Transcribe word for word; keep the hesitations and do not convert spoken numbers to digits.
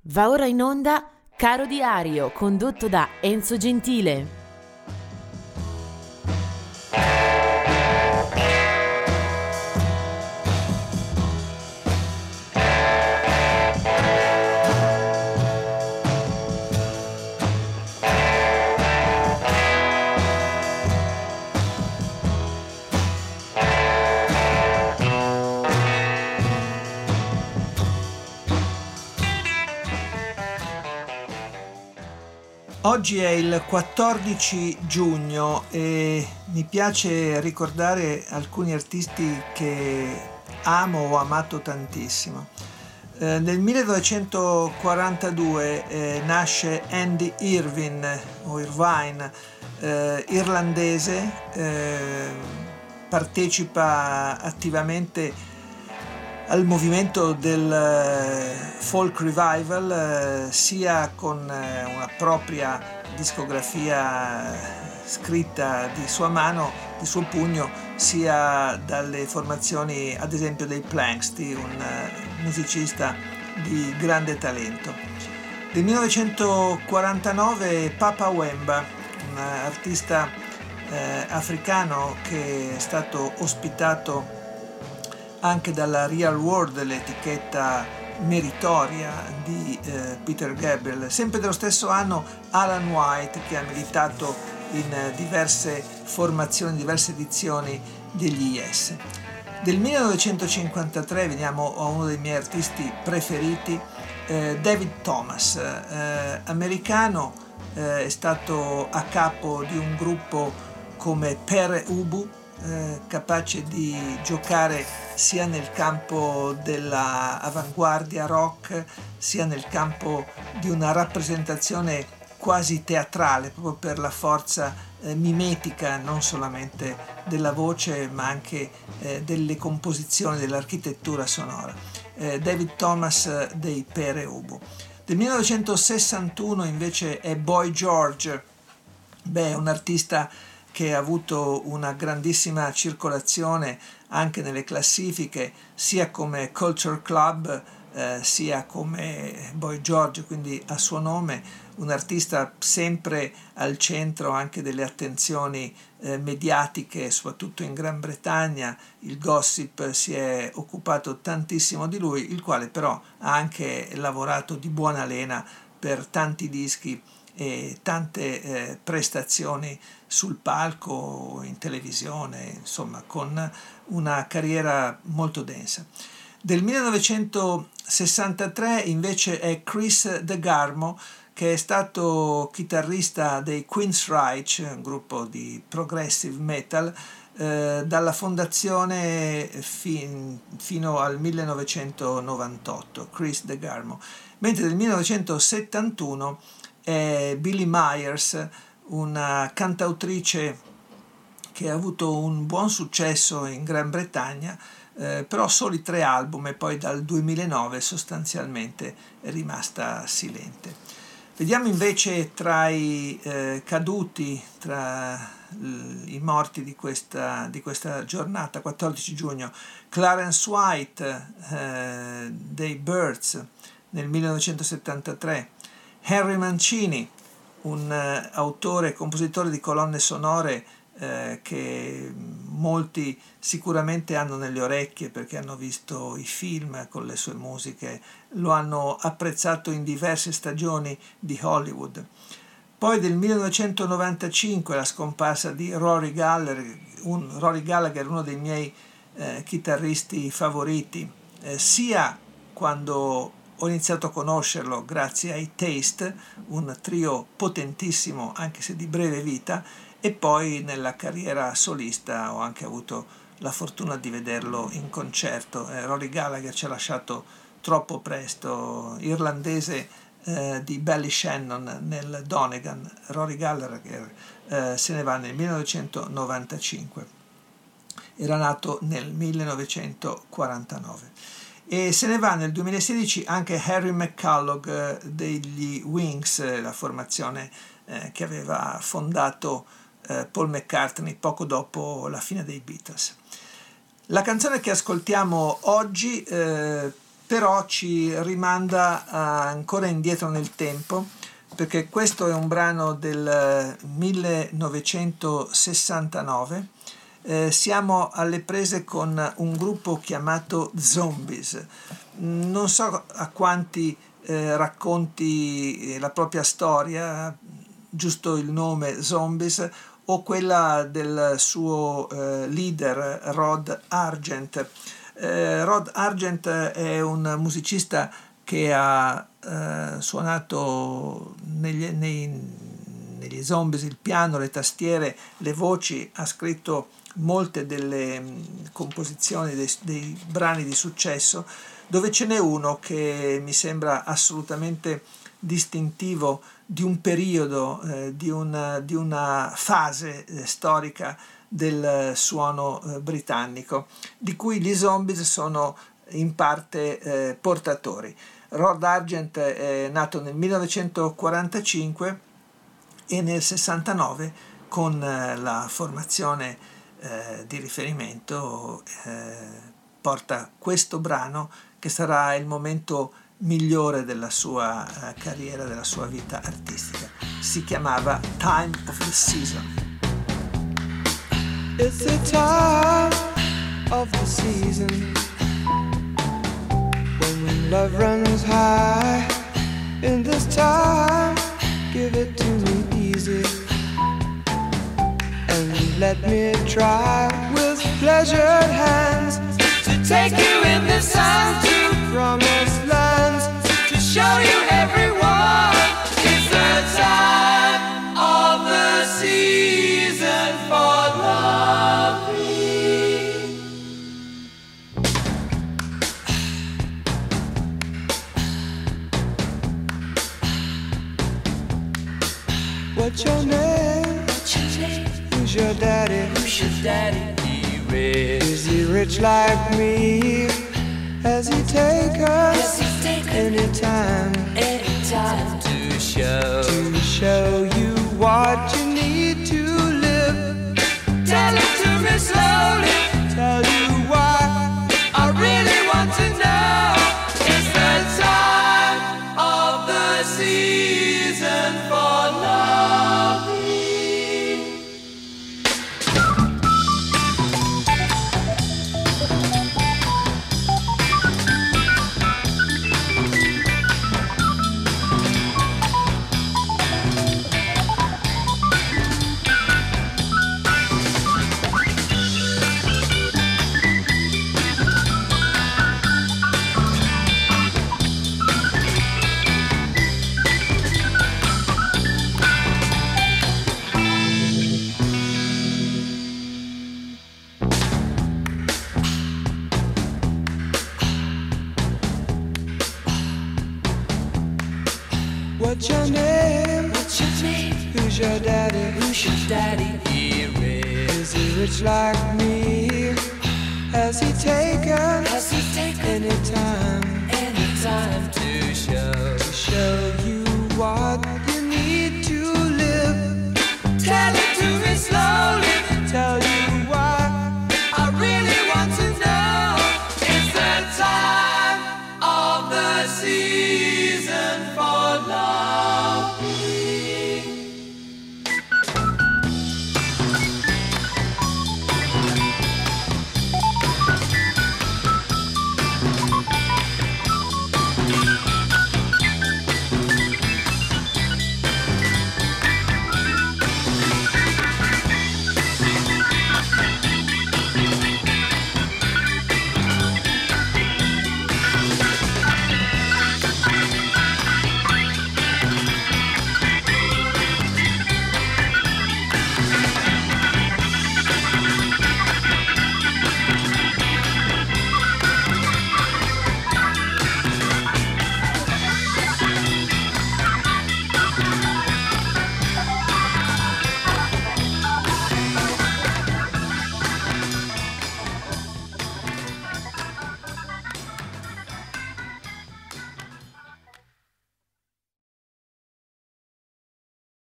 Va ora in onda Caro Diario, condotto da Enzo Gentile. Oggi è il quattordici giugno e mi piace ricordare alcuni artisti che amo o ho amato tantissimo. Eh, nel millenovecentoquarantadue eh, nasce Andy Irvine o Irvine, eh, irlandese, eh, partecipa attivamente al movimento del folk revival, eh, sia con eh, una propria discografia scritta di sua mano, di suo pugno, sia dalle formazioni ad esempio dei Planxty, un uh, musicista di grande talento. Del millenovecentoquarantanove Papa Wemba, un artista eh, africano che è stato ospitato anche dalla Real World, l'etichetta meritoria di eh, Peter Gabriel. Sempre dello stesso anno Alan White, che ha militato in eh, diverse formazioni, diverse edizioni degli Yes. Del millenovecentocinquantatré veniamo a uno dei miei artisti preferiti, eh, David Thomas, eh, americano, eh, è stato a capo di un gruppo come Pere Ubu, Eh, capace di giocare sia nel campo della avanguardia rock sia nel campo di una rappresentazione quasi teatrale, proprio per la forza eh, mimetica non solamente della voce ma anche eh, delle composizioni, dell'architettura sonora. eh, David Thomas eh, dei Pere Ubu. Del millenovecentosessantuno invece è Boy George, beh, un artista che ha avuto una grandissima circolazione anche nelle classifiche, sia come Culture Club eh, sia come Boy George, quindi a suo nome, un artista sempre al centro anche delle attenzioni eh, mediatiche, soprattutto in Gran Bretagna. Il gossip si è occupato tantissimo di lui, il quale però ha anche lavorato di buona lena per tanti dischi e tante eh, prestazioni sul palco, in televisione, insomma, con una carriera molto densa. Del millenovecentosessantatré invece è Chris DeGarmo, che è stato chitarrista dei Queensryche, un gruppo di progressive metal, eh, dalla fondazione fin, fino al millenovecentonovantotto, Chris DeGarmo. Mentre del millenovecentosettantuno è Billie Myers, una cantautrice che ha avuto un buon successo in Gran Bretagna, eh, però soli tre album e poi dal duemilanove sostanzialmente è rimasta silente. Vediamo invece tra i eh, caduti, tra l- i morti di questa, di questa giornata, quattordici giugno, Clarence White eh, dei Byrds nel millenovecentosettantatré, Henry Mancini, un uh, autore e compositore di colonne sonore eh, che molti sicuramente hanno nelle orecchie perché hanno visto i film con le sue musiche, lo hanno apprezzato in diverse stagioni di Hollywood. Poi del millenovecentonovantacinque la scomparsa di Rory Gallagher, un, Rory Gallagher, uno dei miei eh, chitarristi favoriti, eh, sia quando ho iniziato a conoscerlo grazie ai Taste, un trio potentissimo anche se di breve vita, e poi nella carriera solista ho anche avuto la fortuna di vederlo in concerto. Eh, Rory Gallagher ci ha lasciato troppo presto, irlandese eh, di Ballyshannon nel Donegal. Rory Gallagher eh, se ne va nel millenovecentonovantacinque, era nato nel millenovecentoquarantanove. E se ne va nel duemilasedici anche Harry McCulloch eh, degli Wings, eh, la formazione eh, che aveva fondato eh, Paul McCartney poco dopo la fine dei Beatles. La canzone che ascoltiamo oggi eh, però ci rimanda ancora indietro nel tempo, perché questo è un brano del millenovecentosessantanove. Eh, siamo alle prese con un gruppo chiamato Zombies. Non so a quanti eh, racconti la propria storia, giusto il nome Zombies, o quella del suo eh, leader Rod Argent. Eh, Rod Argent è un musicista che ha eh, suonato negli, nei, negli Zombies il piano, le tastiere, le voci, ha scritto molte delle mh, composizioni dei, dei brani di successo, dove ce n'è uno che mi sembra assolutamente distintivo di un periodo, eh, di, una, di una fase eh, storica del suono eh, britannico, di cui gli Zombies sono in parte eh, portatori. Rod Argent è nato nel millenovecentoquarantacinque e nel sessantanove con eh, la formazione eh, di riferimento eh, porta questo brano che sarà il momento migliore della sua uh, carriera, della sua vita artistica. Si chiamava Time of the Season. It's the time of the season when love runs high. In this time, give it to me easy and let me try with pleasured hands to take you in the sun to promised lands, to show you everyone. It's the time of the season for loving. What's your name? What's your name? Who's your daddy? Who's your daddy? He rich. Is he rich like me? Has he take us anytime, anytime to show, to show you what you need to live? Tell it to me slowly, tell you why I really want to know. It's the time of the season for loving. What's your name? What's your name? Who's your daddy? Who's your daddy? He rich. Is he rich like me? Has he taken? Has he taken anytime? Anytime.